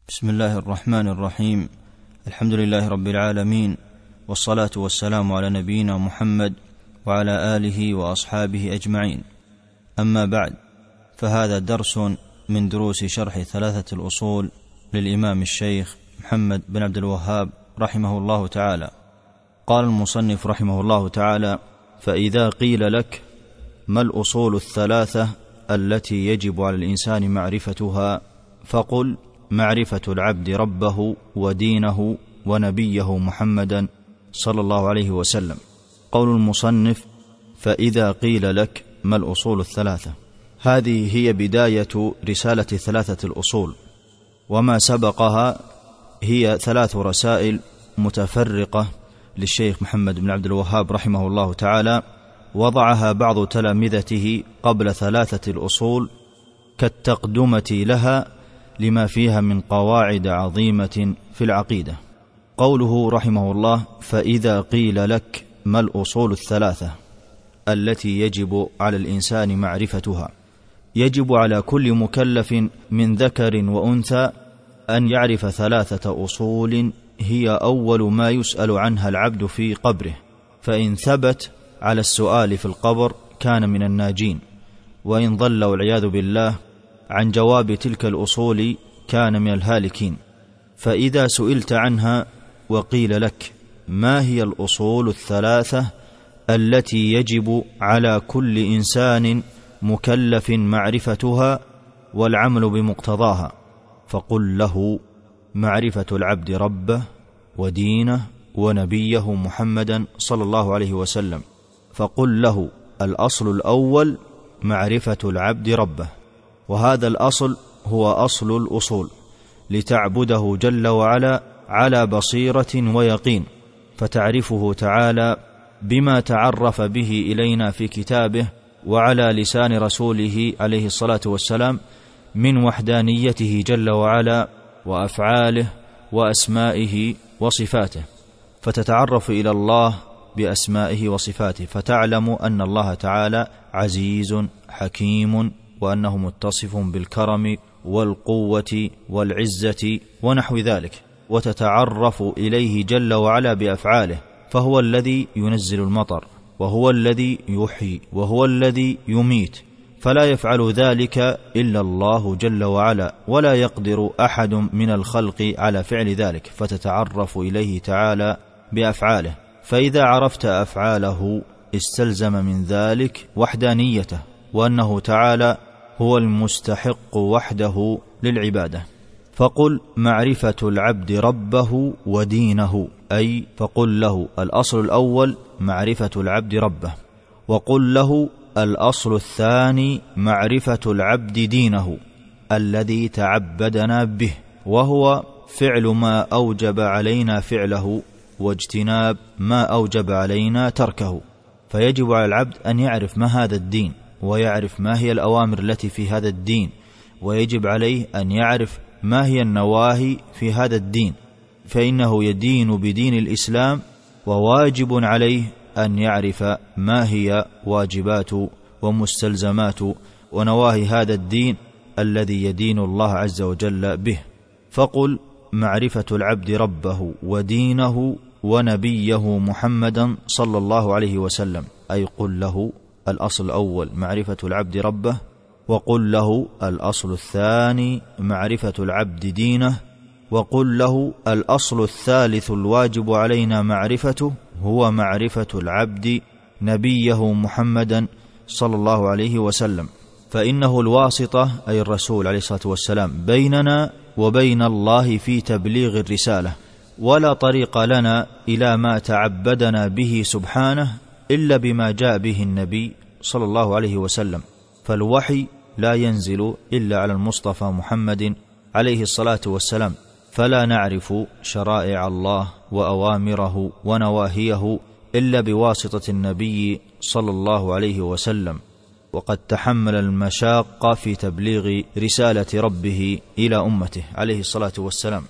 بسم الله الرحمن الرحيم. الحمد لله رب العالمين، والصلاة والسلام على نبينا محمد وعلى آله وأصحابه أجمعين. أما بعد، فهذا درس من دروس شرح ثلاثة الأصول للإمام الشيخ محمد بن عبد الوهاب رحمه الله تعالى. قال المصنف رحمه الله تعالى: فإذا قيل لك ما الأصول الثلاثة التي يجب على الإنسان معرفتها، فقل: معرفة العبد ربه ودينه ونبيه محمدا صلى الله عليه وسلم. قول المصنف: فإذا قيل لك ما الأصول الثلاثة، هذه هي بداية رسالة ثلاثة الأصول، وما سبقها هي ثلاث رسائل متفرقة للشيخ محمد بن عبد الوهاب رحمه الله تعالى، وضعها بعض تلامذته قبل ثلاثة الأصول كالتقدمة لها لما فيها من قواعد عظيمة في العقيدة. قوله رحمه الله: فإذا قيل لك ما الأصول الثلاثة التي يجب على الإنسان معرفتها، يجب على كل مكلف من ذكر وأنثى أن يعرف ثلاثة أصول هي أول ما يسأل عنها العبد في قبره، فإن ثبت على السؤال في القبر كان من الناجين، وإن ضل والعياذ بالله عن جواب تلك الأصول كان من الهالكين. فإذا سئلت عنها وقيل لك ما هي الأصول الثلاثة التي يجب على كل إنسان مكلف معرفتها والعمل بمقتضاها، فقل له: معرفة العبد ربه ودينه ونبيه محمدا صلى الله عليه وسلم. فقل له: الأصل الأول معرفة العبد ربه، وهذا الأصل هو أصل الأصول، لتعبده جل وعلا على بصيرة ويقين، فتعرفه تعالى بما تعرف به إلينا في كتابه وعلى لسان رسوله عليه الصلاة والسلام من وحدانيته جل وعلا وأفعاله وأسمائه وصفاته، فتتعرف إلى الله بأسمائه وصفاته، فتعلم أن الله تعالى عزيز حكيم، وأنه متصف بالكرم والقوة والعزة ونحو ذلك، وتتعرف إليه جل وعلا بأفعاله، فهو الذي ينزل المطر، وهو الذي يحيي، وهو الذي يميت، فلا يفعل ذلك إلا الله جل وعلا، ولا يقدر أحد من الخلق على فعل ذلك، فتتعرف إليه تعالى بأفعاله. فإذا عرفت أفعاله استلزم من ذلك وحدانيته، وأنه تعالى هو المستحق وحده للعبادة. فقل: معرفة العبد ربه ودينه، أي فقل له الأصل الأول معرفة العبد ربه، وقل له الأصل الثاني معرفة العبد دينه الذي تعبدنا به، وهو فعل ما أوجب علينا فعله واجتناب ما أوجب علينا تركه. فيجب على العبد أن يعرف ما هذا الدين، ويعرف ما هي الأوامر التي في هذا الدين، ويجب عليه أن يعرف ما هي النواهي في هذا الدين، فإنه يدين بدين الإسلام، وواجب عليه أن يعرف ما هي واجبات ومستلزمات ونواهي هذا الدين الذي يدين الله عز وجل به. فقل: معرفة العبد ربه ودينه ونبيه محمدا صلى الله عليه وسلم، أي قل له الأصل الأول معرفة العبد ربه، وقل له الأصل الثاني معرفة العبد دينه، وقل له الأصل الثالث الواجب علينا معرفته هو معرفة العبد نبيه محمدا صلى الله عليه وسلم، فإنه الواسطة، أي الرسول عليه الصلاة والسلام، بيننا وبين الله في تبليغ الرسالة، ولا طريق لنا إلى ما تعبدنا به سبحانه إلا بما جاء به النبي صلى الله عليه وسلم، فالوحي لا ينزل إلا على المصطفى محمد عليه الصلاة والسلام، فلا نعرف شرائع الله وأوامره ونواهيه إلا بواسطة النبي صلى الله عليه وسلم، وقد تحمل المشاق في تبليغ رسالة ربه إلى أمته عليه الصلاة والسلام.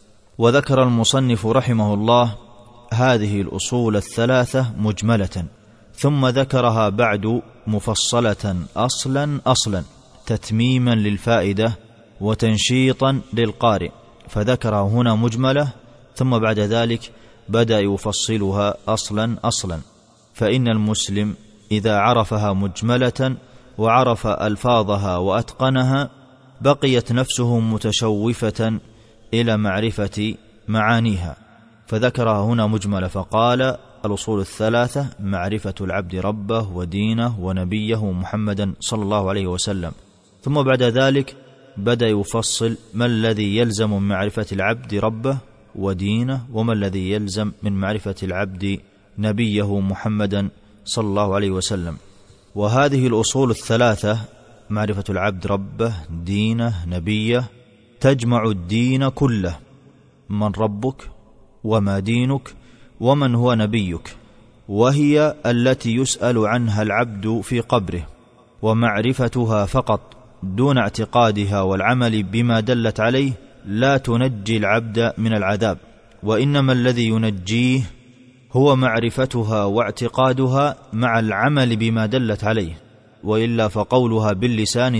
وذكر المصنف رحمه الله هذه الأصول الثلاثة مجملة، ثم ذكرها بعد مفصلة أصلا تتميما للفائدة وتنشيطا للقارئ، فذكرها هنا مجملة، ثم بعد ذلك بدأ يفصلها أصلا. فإن المسلم إذا عرفها مجملة وعرف ألفاظها وأتقنها بقيت نفسه متشوفة إلى معرفة معانيها، فذكرها هنا مجملة فقال: الأصول الثلاثة معرفة العبد ربه ودينه ونبيه محمدا صلى الله عليه وسلم. ثم بعد ذلك بدأ يفصل ما الذي يلزم من معرفة العبد ربه ودينه، وما الذي يلزم من معرفة العبد نبيه محمدا صلى الله عليه وسلم. وهذه الأصول الثلاثة معرفة العبد ربه دينه نبيه تجمع الدين كله: من ربك وما دينك ومن هو نبيك، وهي التي يسأل عنها العبد في قبره، ومعرفتها فقط دون اعتقادها والعمل بما دلت عليه لا تنجي العبد من العذاب، وإنما الذي ينجيه هو معرفتها واعتقادها مع العمل بما دلت عليه، وإلا فقولها باللسان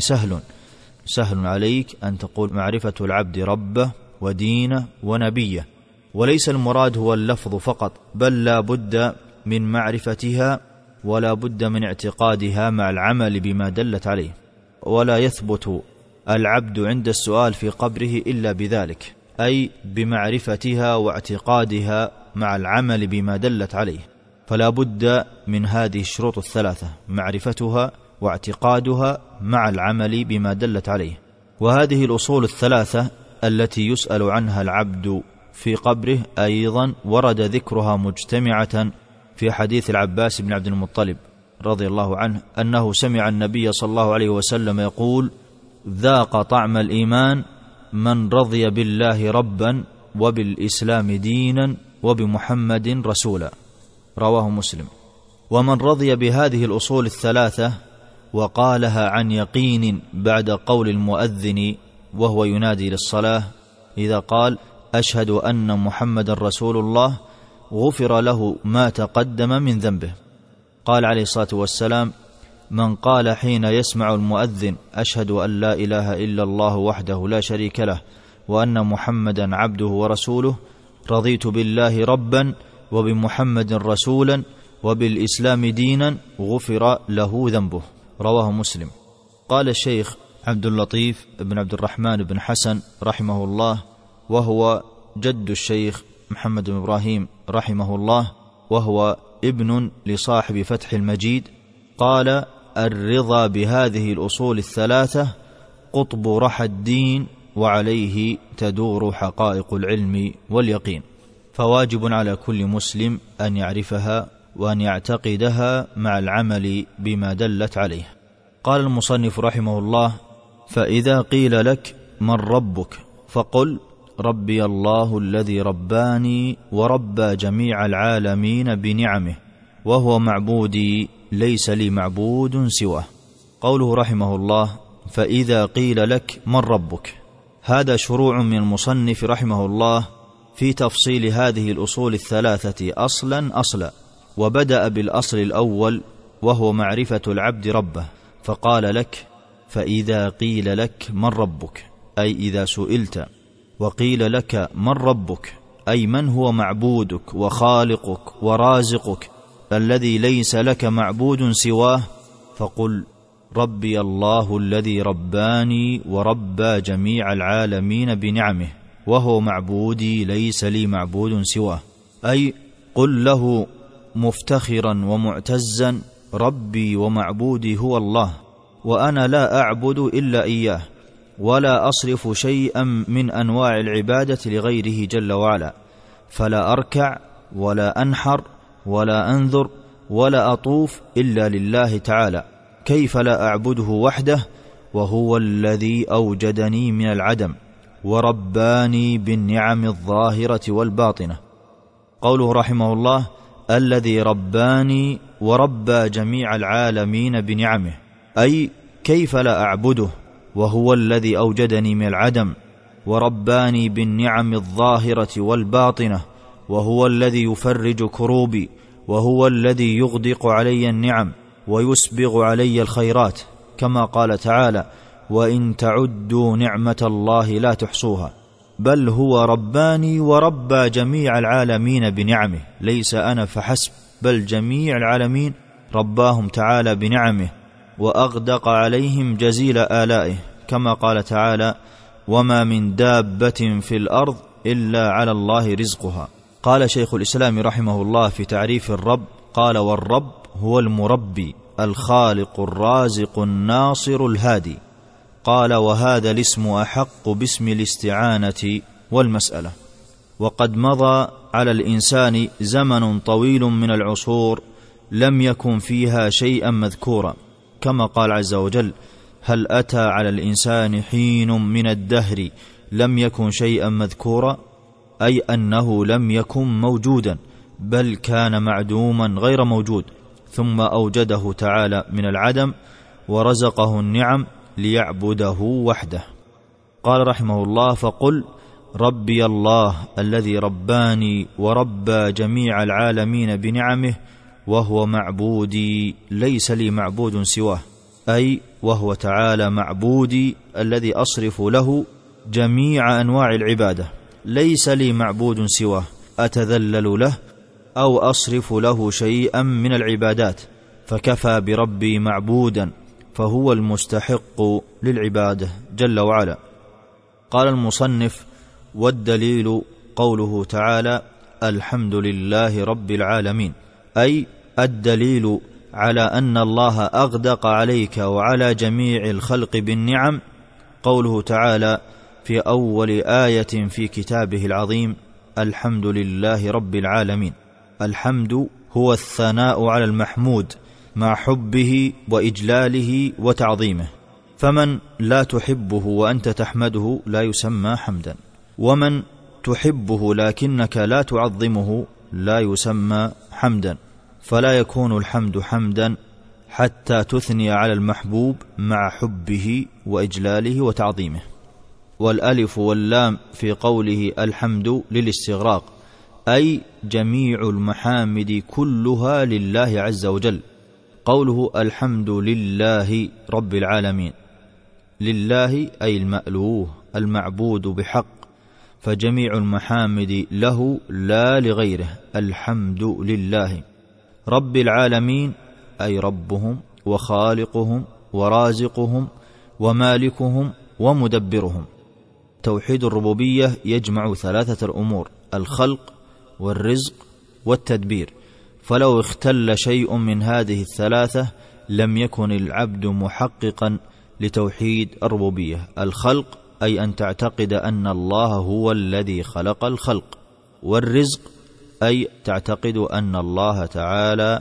سهل عليك أن تقول معرفة العبد ربه ودينه ونبيه، وليس المراد هو اللفظ فقط، بل لا بد من معرفتها ولا بد من اعتقادها مع العمل بما دلت عليه. ولا يثبت العبد عند السؤال في قبره إلا بذلك، أي بمعرفتها واعتقادها مع العمل بما دلت عليه. فلا بد من هذه الشروط الثلاثة: معرفتها واعتقادها مع العمل بما دلت عليه. وهذه الأصول الثلاثة التي يسأل عنها العبد في قبره أيضا ورد ذكرها مجتمعة في حديث العباس بن عبد المطلب رضي الله عنه أنه سمع النبي صلى الله عليه وسلم يقول: ذاق طعم الإيمان من رضي بالله ربا وبالإسلام دينا وبمحمد رسولا، رواه مسلم. ومن رضي بهذه الأصول الثلاثة وقالها عن يقين بعد قول المؤذن وهو ينادي للصلاة إذا قال: أشهد أن محمد رسول الله، غفر له ما تقدم من ذنبه. قال عليه الصلاة والسلام: من قال حين يسمع المؤذن: أشهد أن لا إله إلا الله وحده لا شريك له وأن محمدا عبده ورسوله، رضيت بالله ربا وبمحمد رسولا وبالإسلام دينا، غفر له ذنبه، رواه مسلم. قال الشيخ عبد اللطيف بن عبد الرحمن بن حسن رحمه الله، وهو جد الشيخ محمد بن إبراهيم رحمه الله، وهو ابن لصاحب فتح المجيد، قال: الرضا بهذه الأصول الثلاثة قطب رحى الدين، وعليه تدور حقائق العلم واليقين. فواجب على كل مسلم أن يعرفها وأن يعتقدها مع العمل بما دلت عليه. قال المصنف رحمه الله: فإذا قيل لك من ربك فقل: ربي الله الذي رباني وربى جميع العالمين بنعمه، وهو معبودي ليس لي معبود سواه. قوله رحمه الله: فإذا قيل لك من ربك، هذا شروع من المصنف رحمه الله في تفصيل هذه الأصول الثلاثة أصلا، وبدأ بالأصل الأول وهو معرفة العبد ربه، فقال لك: فإذا قيل لك من ربك، أي إذا سئلت وقيل لك من ربك، أي من هو معبودك وخالقك ورازقك الذي ليس لك معبود سواه، فقل: ربي الله الذي رباني وربى جميع العالمين بنعمه، وهو معبودي ليس لي معبود سواه. أي قل له مفتخرا ومعتزا: ربي ومعبودي هو الله، وأنا لا أعبد إلا إياه، ولا أصرف شيئا من أنواع العبادة لغيره جل وعلا، فلا أركع ولا أنحر ولا أنذر ولا أطوف إلا لله تعالى، كيف لا أعبده وحده وهو الذي أوجدني من العدم ورباني بالنعم الظاهرة والباطنة. قوله رحمه الله: الذي رباني وربى جميع العالمين بنعمه، أي كيف لا أعبده وهو الذي أوجدني من العدم ورباني بالنعم الظاهرة والباطنة، وهو الذي يفرج كروبي، وهو الذي يغدق علي النعم ويسبغ علي الخيرات، كما قال تعالى: وإن تعدوا نعمة الله لا تحصوها. بل هو رباني وربى جميع العالمين بنعمه، ليس أنا فحسب بل جميع العالمين رباهم تعالى بنعمه وأغدق عليهم جزيل آلائه، كما قال تعالى: وما من دابة في الأرض إلا على الله رزقها. قال شيخ الإسلام رحمه الله في تعريف الرب، قال: والرب هو المربي الخالق الرازق الناصر الهادي. قال: وهذا الاسم أحق باسم الاستعانة والمسألة. وقد مضى على الإنسان زمن طويل من العصور لم يكن فيها شيئا مذكورا، كما قال عز وجل: هل أتى على الإنسان حين من الدهر لم يكن شيئا مذكورا، أي أنه لم يكن موجودا بل كان معدوما غير موجود، ثم أوجده تعالى من العدم ورزقه النعم ليعبده وحده. قال رحمه الله: فقل ربي الله الذي رباني وربى جميع العالمين بنعمه وهو معبودي ليس لي معبود سواه، أي وهو تعالى معبودي الذي أصرف له جميع أنواع العبادة، ليس لي معبود سواه أتذلل له أو أصرف له شيئا من العبادات، فكفى بربي معبودا فهو المستحق للعبادة جل وعلا. قال المصنف: والدليل قوله تعالى: الحمد لله رب العالمين، أي الدليل على أن الله أغدق عليك وعلى جميع الخلق بالنعم قوله تعالى في أول آية في كتابه العظيم: الحمد لله رب العالمين. الحمد هو الثناء على المحمود مع حبه وإجلاله وتعظيمه، فمن لا تحبه وأنت تحمده لا يسمى حمدا، ومن تحبه لكنك لا تعظمه لا يسمى حمدا، فلا يكون الحمد حمدا حتى تثني على المحبوب مع حبه وإجلاله وتعظيمه. والألف واللام في قوله الحمد للاستغراق، أي جميع المحامد كلها لله عز وجل. قوله الحمد لله رب العالمين، لله أي المألوه المعبود بحق، فجميع المحامد له لا لغيره، الحمد لله. رب العالمين أي ربهم وخالقهم ورازقهم ومالكهم ومدبرهم. توحيد الربوبية يجمع ثلاثة الأمور: الخلق والرزق والتدبير، فلو اختل شيء من هذه الثلاثة لم يكن العبد محققا لتوحيد الربوبية. الخلق أي أن تعتقد أن الله هو الذي خلق الخلق، والرزق أي تعتقد أن الله تعالى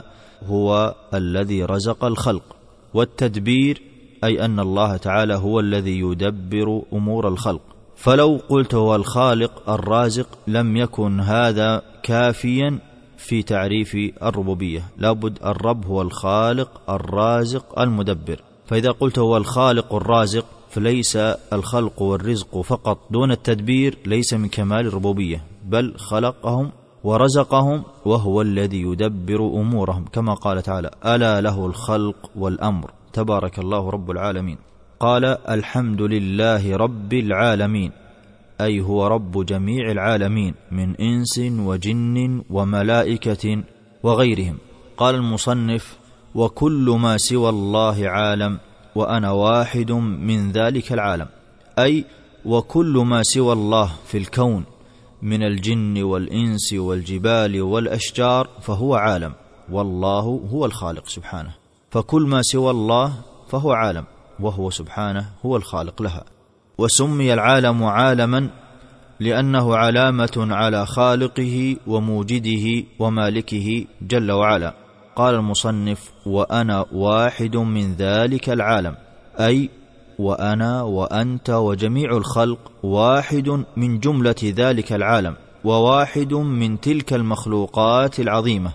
هو الذي رزق الخلق، والتدبير أي أن الله تعالى هو الذي يدبر أمور الخلق. فلو قلت هو الخالق الرازق لم يكن هذا كافيا في تعريف الربوبية، لابد الرب هو الخالق الرازق المدبر. فإذا قلت هو الخالق الرازق فليس الخلق والرزق فقط دون التدبير ليس من كمال الربوبية، بل خلقهم ورزقهم وهو الذي يدبر أمورهم، كما قال تعالى: ألا له الخلق والأمر تبارك الله رب العالمين. قال: الحمد لله رب العالمين، أي هو رب جميع العالمين من إنس وجن وملائكة وغيرهم. قال المصنف: وكل ما سوى الله عالم وأنا واحد من ذلك العالم، أي وكل ما سوى الله في الكون من الجن والإنس والجبال والأشجار فهو عالم، والله هو الخالق سبحانه، فكل ما سوى الله فهو عالم وهو سبحانه هو الخالق لها. وسمي العالم عالما لأنه علامة على خالقه وموجده ومالكه جل وعلا. قال المصنف: وأنا واحد من ذلك العالم، أي وأنا وأنت وجميع الخلق واحد من جملة ذلك العالم، وواحد من تلك المخلوقات العظيمة،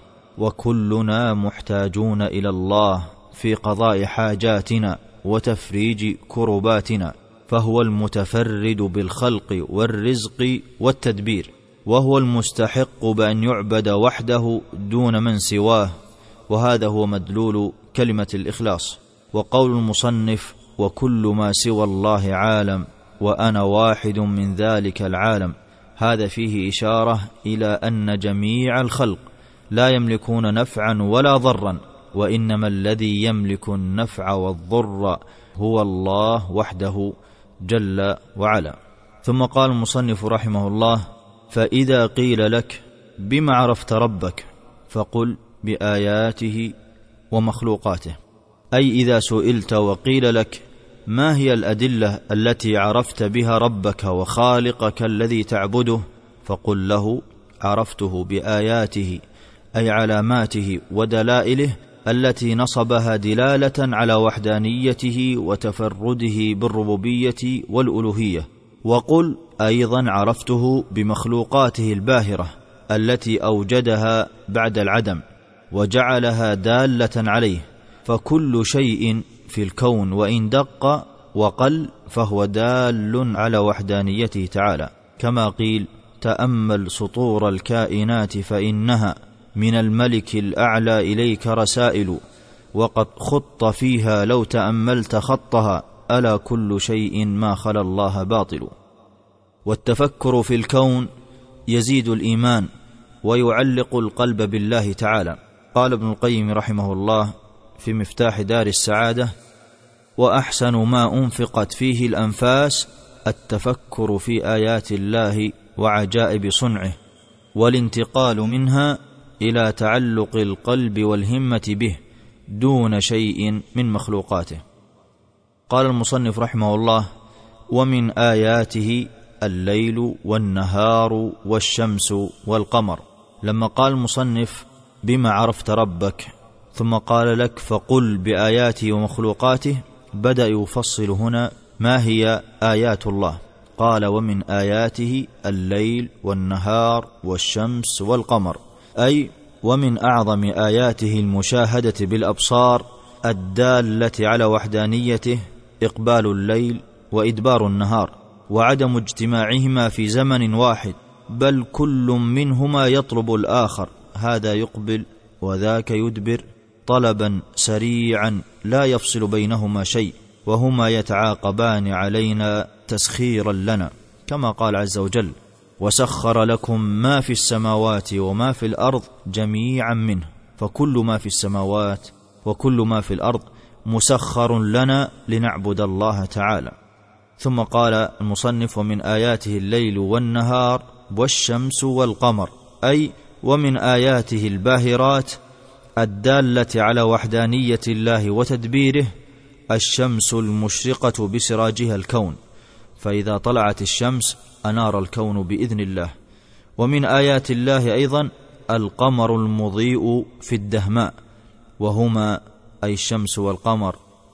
وكلنا محتاجون إلى الله في قضاء حاجاتنا وتفريج كرباتنا، فهو المتفرد بالخلق والرزق والتدبير، وهو المستحق بأن يعبد وحده دون من سواه، وهذا هو مدلول كلمة الإخلاص. وقول المصنف: وكل ما سوى الله عالم، وأنا واحد من ذلك العالم. هذا فيه إشارة إلى أن جميع الخلق لا يملكون نفعا ولا ضرا، وإنما الذي يملك النفع والضر هو الله وحده جل وعلا. ثم قال المصنف رحمه الله: فإذا قيل لك بما عرفت ربك فقل بآياته ومخلوقاته. أي إذا سئلت وقيل لك ما هي الأدلة التي عرفت بها ربك وخالقك الذي تعبده، فقل له: عرفته بآياته، أي علاماته ودلائله التي نصبها دلالة على وحدانيته وتفرده بالربوبية والألوهية. وقل أيضا: عرفته بمخلوقاته الباهرة التي أوجدها بعد العدم وجعلها دالة عليه، فكل شيء في الكون وإن دق وقل فهو دال على وحدانيته تعالى، كما قيل: تأمل سطور الكائنات فإنها من الملك الأعلى إليك رسائل، وقد خط فيها لو تأملت خطها، ألا كل شيء ما خلا الله باطل. والتفكر في الكون يزيد الإيمان ويعلق القلب بالله تعالى. قال ابن القيم رحمه الله في مفتاح دار السعادة: وأحسن ما أنفقت فيه الأنفاس التفكر في آيات الله وعجائب صنعه، والانتقال منها إلى تعلق القلب والهمة به دون شيء من مخلوقاته. قال المصنف رحمه الله: ومن آياته الليل والنهار والشمس والقمر. لما قال المصنف بما عرفت ربك ثم قال لك فقل بآياته ومخلوقاته، بدأ يفصل هنا ما هي آيات الله. قال: ومن آياته الليل والنهار والشمس والقمر، أي ومن أعظم آياته المشاهدة بالأبصار الدالة على وحدانيته إقبال الليل وإدبار النهار، وعدم اجتماعهما في زمن واحد، بل كل منهما يطلب الآخر، هذا يقبل وذاك يدبر طلبا سريعا لا يفصل بينهما شيء، وهما يتعاقبان علينا تسخيرا لنا، كما قال عز وجل: وسخر لكم ما في السماوات وما في الأرض جميعا منه، فكل ما في السماوات وكل ما في الأرض مسخر لنا لنعبد الله تعالى. ثم قال المصنف: ومن آياته الليل والنهار والشمس والقمر، أي ومن آياته الباهرات الدالة على وحدانية الله وتدبيره الشمس المشرقة بسراجها الكون، فإذا طلعت الشمس أنار الكون بإذن الله. ومن آيات الله أيضا القمر المضيء في الدهماء، وهما أي الشمس والقمر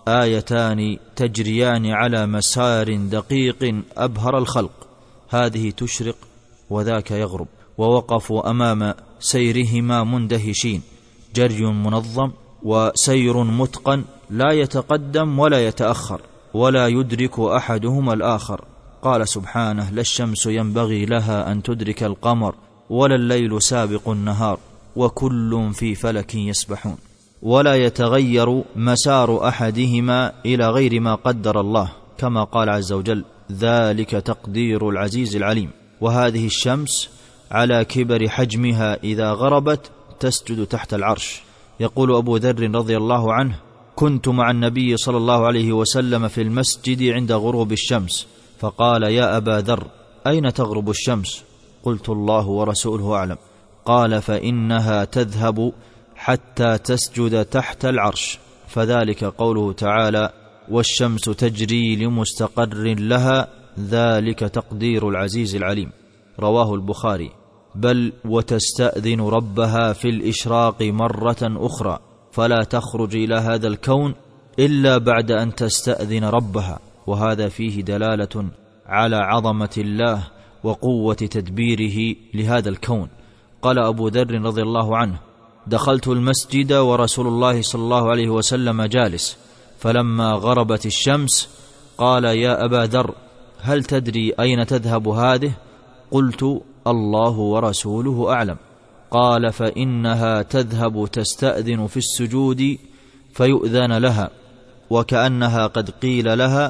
آيتان تجريان على مسار دقيق أبهر الخلق، هذه تشرق وذاك يغرب، ووقفوا أمام سيرهما مندهشين، جري منظم وسير متقن لا يتقدم ولا يتأخر ولا يدرك أحدهما الآخر. قال سبحانه: لا الشمس ينبغي لها أن تدرك القمر ولا الليل سابق النهار وكل في فلك يسبحون. ولا يتغير مسار أحدهما إلى غير ما قدر الله، كما قال عز وجل: ذلك تقدير العزيز العليم. وهذه الشمس على كبر حجمها إذا غربت تسجد تحت العرش. يقول أبو ذر رضي الله عنه: كنت مع النبي صلى الله عليه وسلم في المسجد عند غروب الشمس، فقال: يا أبا ذر، أين تغرب الشمس؟ قلت: الله ورسوله أعلم. قال: فإنها تذهب حتى تسجد تحت العرش، فذلك قوله تعالى: والشمس تجري لمستقر لها ذلك تقدير العزيز العليم. رواه البخاري. بل وتستأذن ربها في الإشراق مرة أخرى، فلا تخرج إلى هذا الكون إلا بعد أن تستأذن ربها، وهذا فيه دلالة على عظمة الله وقوة تدبيره لهذا الكون. قال أبو ذر رضي الله عنه: دخلت المسجد ورسول الله صلى الله عليه وسلم جالس، فلما غربت الشمس قال: يا أبا ذر، هل تدري أين تذهب هذه؟ قلت: الله ورسوله أعلم. قال: فإنها تذهب تستأذن في السجود فيؤذن لها، وكأنها قد قيل لها: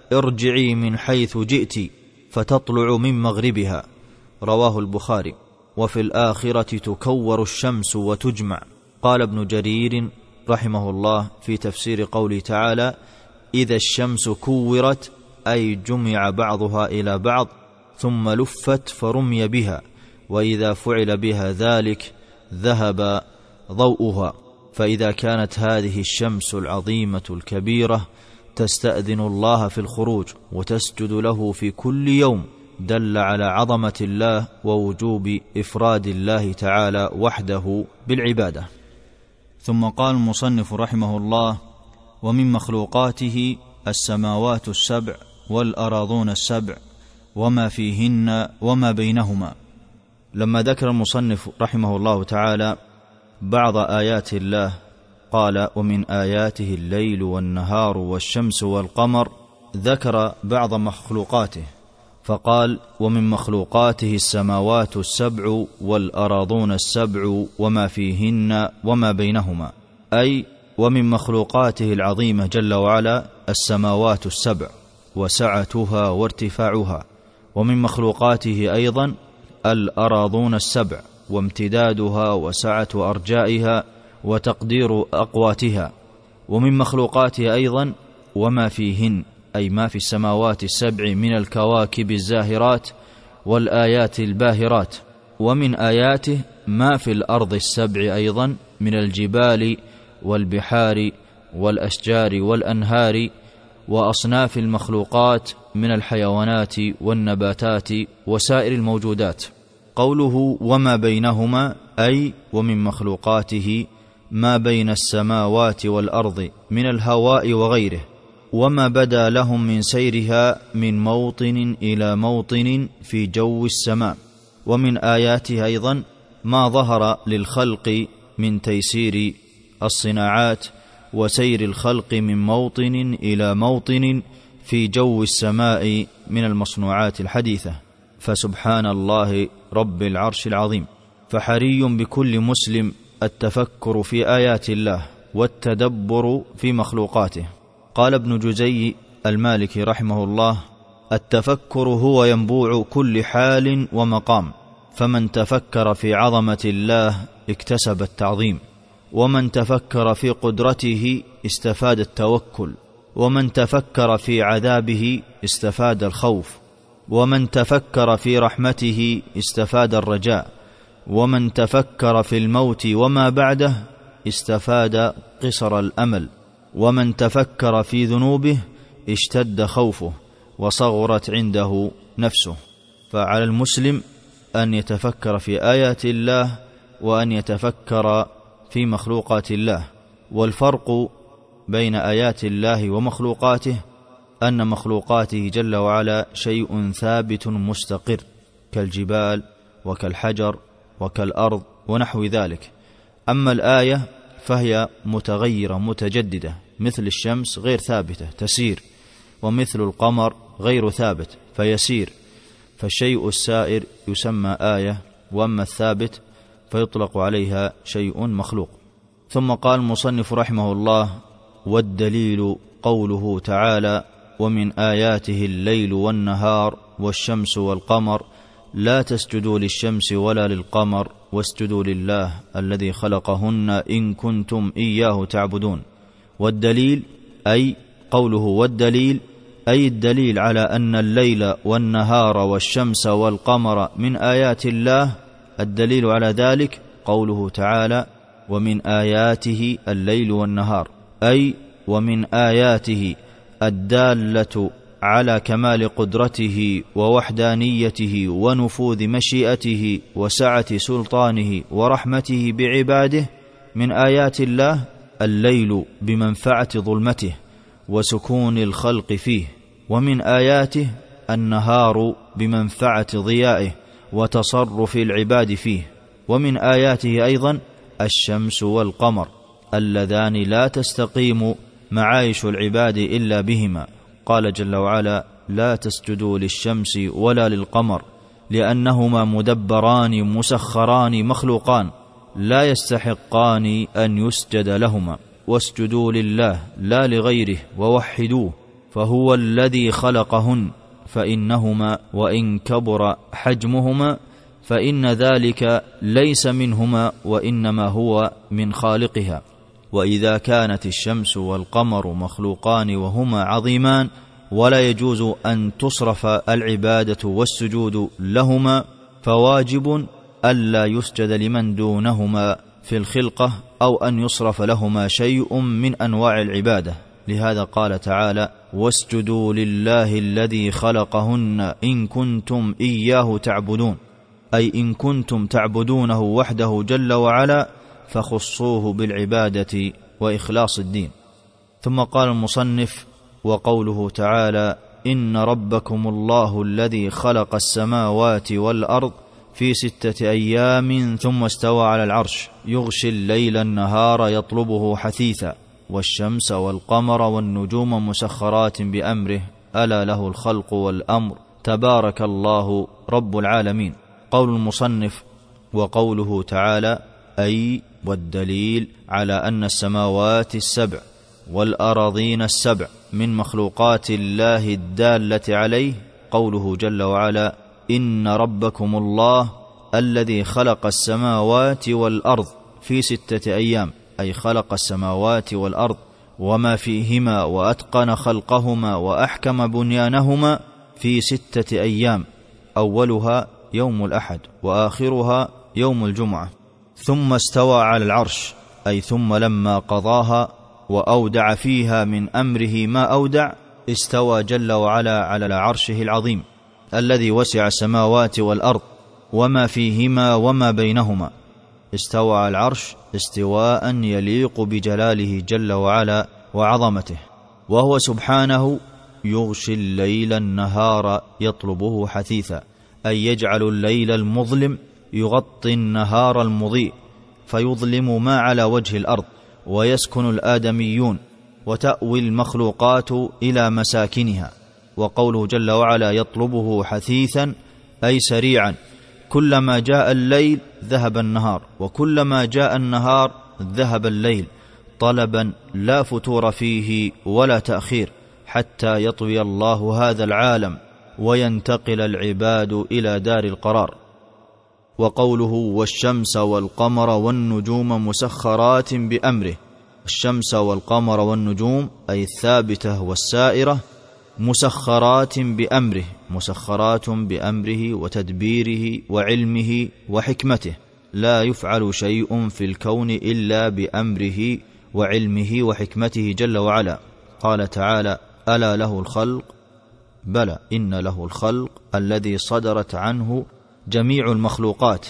ارجعي من حيث جئت فتطلع من مغربها، رواه البخاري. وفي الآخرة تكور الشمس وتجمع. قال ابن جرير رحمه الله في تفسير قوله تعالى: إذا الشمس كورت، أي جمع بعضها إلى بعض ثم لفت فرمي بها، وإذا فعل بها ذلك ذهب ضوءها. فإذا كانت هذه الشمس العظيمة الكبيرة تستأذن الله في الخروج وتسجد له في كل يوم، دل على عظمة الله ووجوب إفراد الله تعالى وحده بالعبادة. ثم قال المصنف رحمه الله: ومن مخلوقاته السماوات السبع والأراضون السبع وما فيهن وما بينهما. لما ذكر المصنف رحمه الله تعالى بعض آيات الله قال: ومن آياته الليل والنهار والشمس والقمر، ذكر بعض مخلوقاته فقال: ومن مخلوقاته السماوات السبع والأراضون السبع وما فيهن وما بينهما، أي ومن مخلوقاته العظيمة جل وعلا السماوات السبع وسعتها وارتفاعها، ومن مخلوقاته أيضا الأراضون السبع وامتدادها وسعة أرجائها وتقدير أقواتها، ومن مخلوقاته أيضا وما فيهن، أي ما في السماوات السبع من الكواكب الزاهرات والآيات الباهرات، ومن آياته ما في الأرض السبع أيضا من الجبال والبحار والأشجار والأنهار وأصناف المخلوقات من الحيوانات والنباتات وسائر الموجودات. قوله وما بينهما، أي ومن مخلوقاته ما بين السماوات والأرض من الهواء وغيره، وما بدا لهم من سيرها من موطن إلى موطن في جو السماء. ومن آياته أيضا ما ظهر للخلق من تيسير الصناعات وسير الخلق من موطن إلى موطن في جو السماء من المصنوعات الحديثة. فسبحان الله رب العرش العظيم. فحري بكل مسلم التفكر في آيات الله والتدبر في مخلوقاته. قال ابن جزي المالكي رحمه الله: التفكر هو ينبوع كل حال ومقام، فمن تفكر في عظمة الله اكتسب التعظيم، ومن تفكر في قدرته استفاد التوكل، ومن تفكر في عذابه استفاد الخوف، ومن تفكر في رحمته استفاد الرجاء، ومن تفكر في الموت وما بعده استفاد قصر الأمل، ومن تفكر في ذنوبه اشتد خوفه وصغرت عنده نفسه. فعلى المسلم أن يتفكر في آيات الله وأن يتفكر في مخلوقات الله. والفرق بين آيات الله ومخلوقاته أن مخلوقاته جل وعلا شيء ثابت مستقر كالجبال وكالحجر وكالأرض ونحو ذلك. أما الآية فهي متغيرة متجددة، مثل الشمس غير ثابتة تسير، ومثل القمر غير ثابت فيسير. فالشيء السائر يسمى آية، وأما الثابت فيطلق عليها شيء مخلوق. ثم قال المصنف رحمه الله: والدليل قوله تعالى: ومن آياته الليل والنهار والشمس والقمر لا تسجدوا للشمس ولا للقمر واسجدوا لله الذي خلقهن إن كنتم إياه تعبدون. والدليل أي قوله والدليل أي الدليل على أن الليل والنهار والشمس والقمر من آيات الله. الدليل على ذلك قوله تعالى: ومن آياته الليل والنهار، أي ومن آياته الدالة على كمال قدرته ووحدانيته ونفوذ مشيئته وسعة سلطانه ورحمته بعباده. من آيات الله الليل بمنفعة ظلمته وسكون الخلق فيه، ومن آياته النهار بمنفعة ضيائه وتصرف العباد فيه، ومن آياته أيضا الشمس والقمر اللذان لا تستقيم معايش العباد إلا بهما. قال جل وعلا: لا تسجدوا للشمس ولا للقمر لأنهما مدبران مسخران مخلوقان لا يستحقان أن يسجد لهما، واسجدوا لله لا لغيره ووحدوه فهو الذي خلقهن، فإنهما وإن كبر حجمهما فإن ذلك ليس منهما وإنما هو من خالقها. وإذا كانت الشمس والقمر مخلوقان وهما عظيمان ولا يجوز أن تصرف العبادة والسجود لهما، فواجب ألا يسجد لمن دونهما في الخلقة أو أن يصرف لهما شيء من أنواع العبادة. لهذا قال تعالى: واسجدوا لله الذي خلقهن إن كنتم إياه تعبدون، أي إن كنتم تعبدونه وحده جل وعلا فخصوه بالعبادة وإخلاص الدين. ثم قال المصنف: وقوله تعالى: إن ربكم الله الذي خلق السماوات والأرض في 6 أيام ثم استوى على العرش يغشي الليل النهار يطلبه حثيثا والشمس والقمر والنجوم مسخرات بأمره ألا له الخلق والأمر تبارك الله رب العالمين. قول المصنف: وقوله تعالى أي والدليل على أن السماوات السبع والأراضين السبع من مخلوقات الله الدالة عليه قوله جل وعلا: إن ربكم الله الذي خلق السماوات والأرض في 6 أيام، أي خلق السماوات والأرض وما فيهما وأتقن خلقهما وأحكم بنيانهما في 6 أيام، أولها يوم الأحد وآخرها يوم الجمعة. ثم استوى على العرش، أي ثم لما قضاها وأودع فيها من أمره ما أودع استوى جل وعلا على عرشه العظيم الذي وسع السماوات والأرض وما فيهما وما بينهما. استوى على العرش استواء يليق بجلاله جل وعلا وعظمته. وهو سبحانه يغشي الليل النهار يطلبه حثيثا، أي يجعل الليل المظلم يغطي النهار المضيء فيظلم ما على وجه الأرض ويسكن الآدميون وتأوي المخلوقات إلى مساكنها. وقوله جل وعلا يطلبه حثيثا أي سريعا، كلما جاء الليل ذهب النهار وكلما جاء النهار ذهب الليل، طلبا لا فتور فيه ولا تأخير حتى يطوي الله هذا العالم وينتقل العباد إلى دار القرار. وقوله والشمس والقمر والنجوم مسخرات بأمره، الشمس والقمر والنجوم أي الثابتة والسائرة مسخرات بأمره، مسخرات بأمره وتدبيره وعلمه وحكمته، لا يفعل شيء في الكون إلا بأمره وعلمه وحكمته جل وعلا. قال تعالى: ألا له الخلق، بلى إن له الخلق الذي صدرت عنه جميع المخلوقات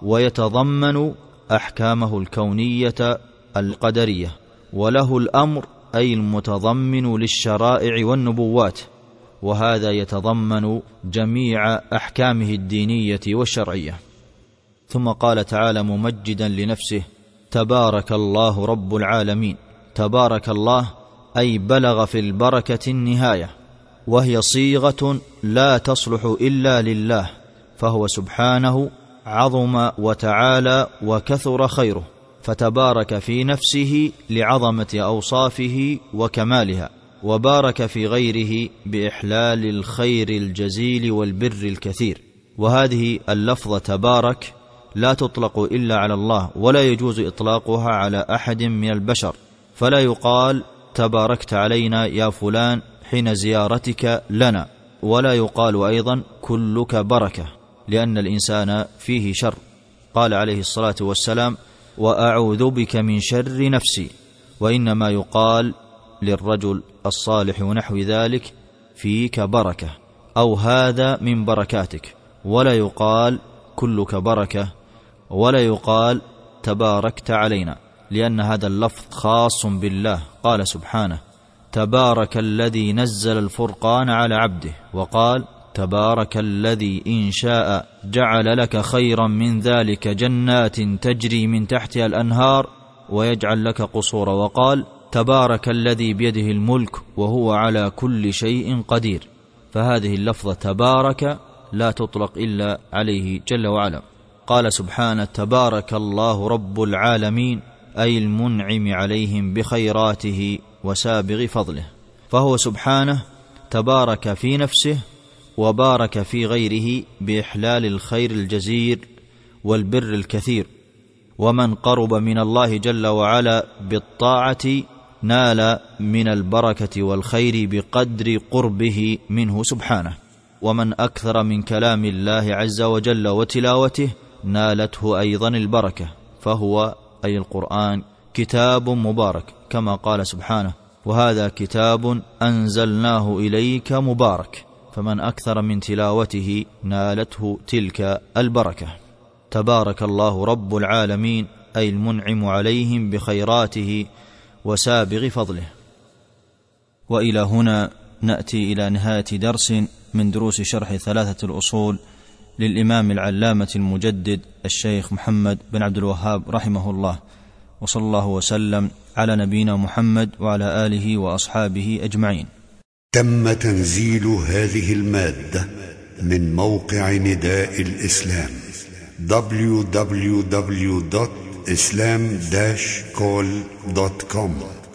ويتضمن أحكامه الكونية القدرية، وله الأمر أي المتضمن للشرائع والنبوات، وهذا يتضمن جميع أحكامه الدينية والشرعية. ثم قال تعالى ممجدا لنفسه: تبارك الله رب العالمين. تبارك الله أي بلغ في البركة النهاية، وهي صيغة لا تصلح إلا لله، فهو سبحانه عظم وتعالى وكثر خيره، فتبارك في نفسه لعظمة أوصافه وكمالها، وبارك في غيره بإحلال الخير الجزيل والبر الكثير. وهذه اللفظة تبارك لا تطلق إلا على الله، ولا يجوز إطلاقها على أحد من البشر، فلا يقال تباركت علينا يا فلان حين زيارتك لنا، ولا يقال أيضا كلك بركة، لأن الإنسان فيه شر. قال عليه الصلاة والسلام: وأعوذ بك من شر نفسي. وإنما يقال للرجل الصالح ونحو ذلك فيك بركة، أو هذا من بركاتك، ولا يقال كلك بركة، ولا يقال تباركت علينا، لأن هذا اللفظ خاص بالله. قال سبحانه: تبارك الذي نزل الفرقان على عبده، وقال: تبارك الذي إن شاء جعل لك خيرا من ذلك جنات تجري من تحتها الأنهار ويجعل لك قصورا، وقال: تبارك الذي بيده الملك وهو على كل شيء قدير. فهذه اللفظة تبارك لا تطلق إلا عليه جل وعلا. قال سبحانه: تبارك الله رب العالمين، أي المنعم عليهم بخيراته وسابغ فضله. فهو سبحانه تبارك في نفسه وبارك في غيره بإحلال الخير الجزير والبر الكثير. ومن قرب من الله جل وعلا بالطاعة نال من البركة والخير بقدر قربه منه سبحانه. ومن أكثر من كلام الله عز وجل وتلاوته نالته أيضا البركة، فهو أي القرآن كتاب مبارك كما قال سبحانه: وهذا كتاب أنزلناه إليك مبارك. فمن أكثر من تلاوته نالته تلك البركة. تبارك الله رب العالمين، أي المنعم عليهم بخيراته وسابغ فضله. وإلى هنا نأتي إلى نهاية درس من دروس شرح 3 الأصول للإمام العلامة المجدد الشيخ محمد بن عبد الوهاب رحمه الله، وصلى الله وسلم على نبينا محمد وعلى آله وأصحابه أجمعين. تم تنزيل هذه المادة من موقع نداء الإسلام www.islam-call.com